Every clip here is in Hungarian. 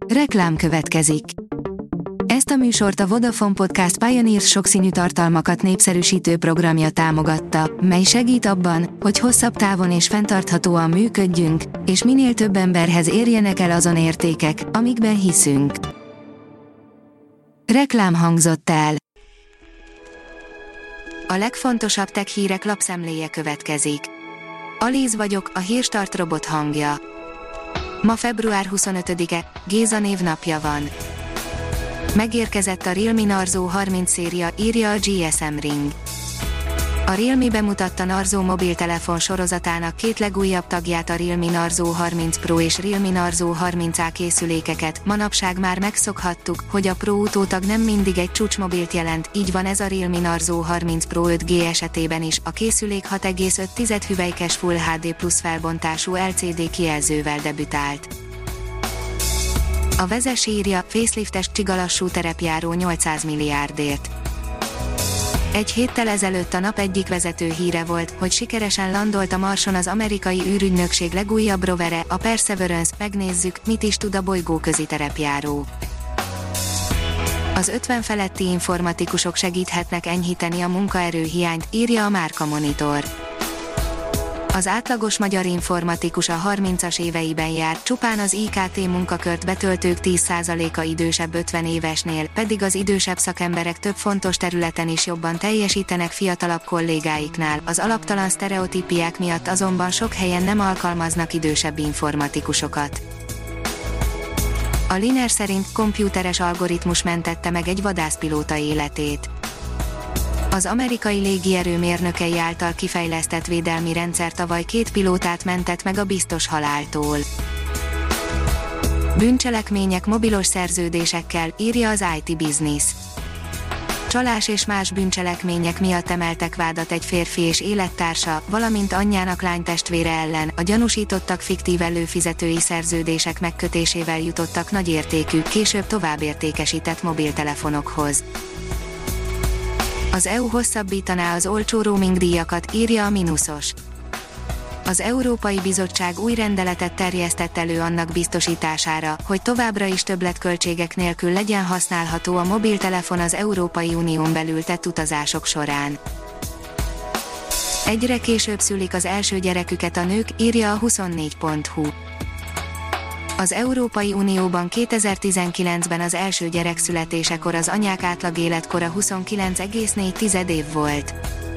Reklám következik. Ezt a műsort a Vodafone Podcast Pioneers sokszínű tartalmakat népszerűsítő programja támogatta, mely segít abban, hogy hosszabb távon és fenntarthatóan működjünk, és minél több emberhez érjenek el azon értékek, amikben hiszünk. Reklám hangzott el. A legfontosabb tech hírek lapszemléje következik. Alíz vagyok, a Hírstart robot hangja. Ma február 25-e, Géza névnapja van. Megérkezett a Realme Narzo 30 széria, írja a GSM Ring. A Realme bemutatta Narzo mobiltelefon sorozatának két legújabb tagját, a Realme Narzo 30 Pro és Realme Narzo 30A készülékeket. Manapság már megszokhattuk, hogy a Pro utótag nem mindig egy csúcsmobilt jelent, így van ez a Realme Narzo 30 Pro 5G esetében is. A készülék 6,5 hüvelykes Full HD Plus felbontású LCD kijelzővel debütált. A Vezes írja, faceliftes csigalassú terepjáró 800 milliárdért. Egy héttel ezelőtt a nap egyik vezető híre volt, hogy sikeresen landolt a Marson az amerikai űrügynökség legújabb rovere, a Perseverance. Megnézzük, mit is tud a bolygóközi terepjáró. Az 50 feletti informatikusok segíthetnek enyhíteni a munkaerőhiányt, írja a Márka Monitor. Az átlagos magyar informatikus a 30-as éveiben jár, csupán az IKT munkakört betöltők 10%-a idősebb 50 évesnél, pedig az idősebb szakemberek több fontos területen is jobban teljesítenek fiatalabb kollégáiknál. Az alaptalan sztereotípiák miatt azonban sok helyen nem alkalmaznak idősebb informatikusokat. A Liner szerint komputeres algoritmus mentette meg egy vadászpilóta életét. Az amerikai légierő mérnökei által kifejlesztett védelmi rendszer tavaly 2 pilótát mentett meg a biztos haláltól. Bűncselekmények mobilos szerződésekkel, írja az IT Business. Csalás és más bűncselekmények miatt emeltek vádat egy férfi és élettársa, valamint anyjának lánytestvére ellen. A gyanúsítottak fiktív előfizetői szerződések megkötésével jutottak nagyértékű, később továbbértékesített mobiltelefonokhoz. Az EU hosszabbítaná az olcsó roaming díjakat, írja a Minusos. Az Európai Bizottság új rendeletet terjesztett elő annak biztosítására, hogy továbbra is többletköltségek nélkül legyen használható a mobiltelefon az Európai Unión belül tett utazások során. Egyre később szülik az első gyereküket a nők, írja a 24.hu. Az Európai Unióban 2019-ben az első gyerek születésekor az anyák átlag életkora 29,4 év volt.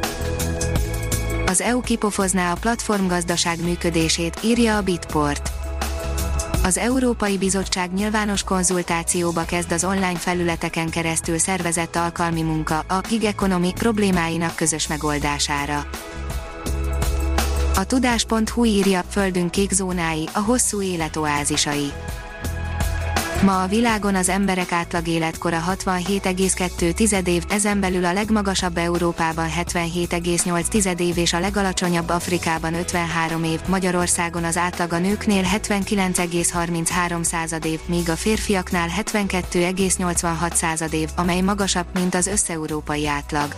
Az EU kipofozná a platformgazdaság működését, írja a Bitport. Az Európai Bizottság nyilvános konzultációba kezd az online felületeken keresztül szervezett alkalmi munka, a gig economy problémáinak közös megoldására. A tudás.hu írja, Földünk kék zónái, a hosszú élet oázisai. Ma a világon az emberek átlag életkora 67,2 év, ezen belül a legmagasabb Európában 77,8 év és a legalacsonyabb Afrikában 53 év, Magyarországon az átlag a nőknél 79,33 év, míg a férfiaknál 72,86 év, amely magasabb, mint az összeurópai átlag.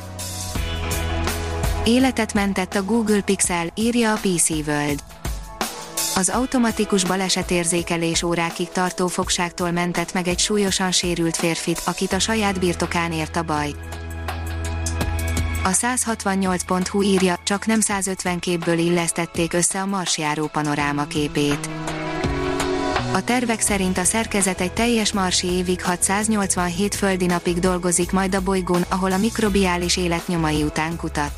Életet mentett a Google Pixel, írja a PC World. Az automatikus balesetérzékelés órákig tartó fogságtól mentett meg egy súlyosan sérült férfit, akit a saját birtokán ért a baj. A 168.hu írja, csak nem 150 képből illesztették össze a marsjáró panorámaképét. A tervek szerint a szerkezet egy teljes marsi évig 687 földi napig dolgozik majd a bolygón, ahol a mikrobiális élet nyomai után kutat.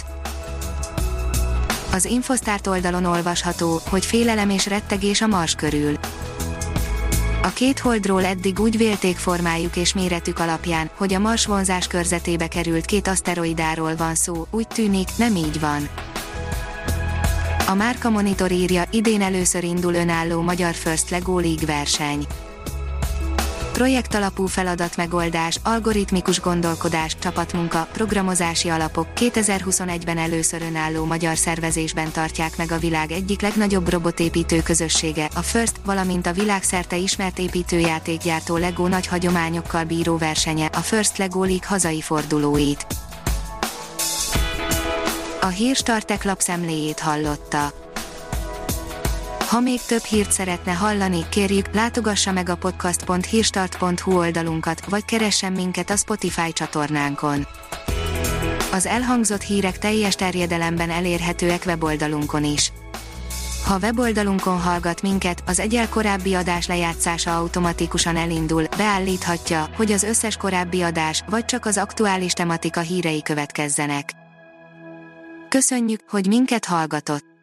Az Infostart oldalon olvasható, hogy félelem és rettegés a Mars körül. A két holdról eddig úgy vélték formájuk és méretük alapján, hogy a Mars vonzás körzetébe került két aszteroidáról van szó, úgy tűnik, nem így van. A Márka Monitor írja, idén először indul önálló magyar First Lego League verseny. Projektalapú feladatmegoldás, algoritmikus gondolkodás, csapatmunka, programozási alapok. 2021-ben először önálló magyar szervezésben tartják meg a világ egyik legnagyobb robotépítő közössége, a First, valamint a világszerte ismert építőjátékgyártó Lego nagy hagyományokkal bíró versenye, a First Lego League hazai fordulóit. A Hírstart Tech lapszemléjét hallotta. Ha még több hírt szeretne hallani, kérjük, látogassa meg a podcast.hírstart.hu oldalunkat, vagy keressen minket a Spotify csatornánkon. Az elhangzott hírek teljes terjedelemben elérhetőek weboldalunkon is. Ha weboldalunkon hallgat minket, az egyel korábbi adás lejátszása automatikusan elindul, beállíthatja, hogy az összes korábbi adás, vagy csak az aktuális tematika hírei következzenek. Köszönjük, hogy minket hallgatott!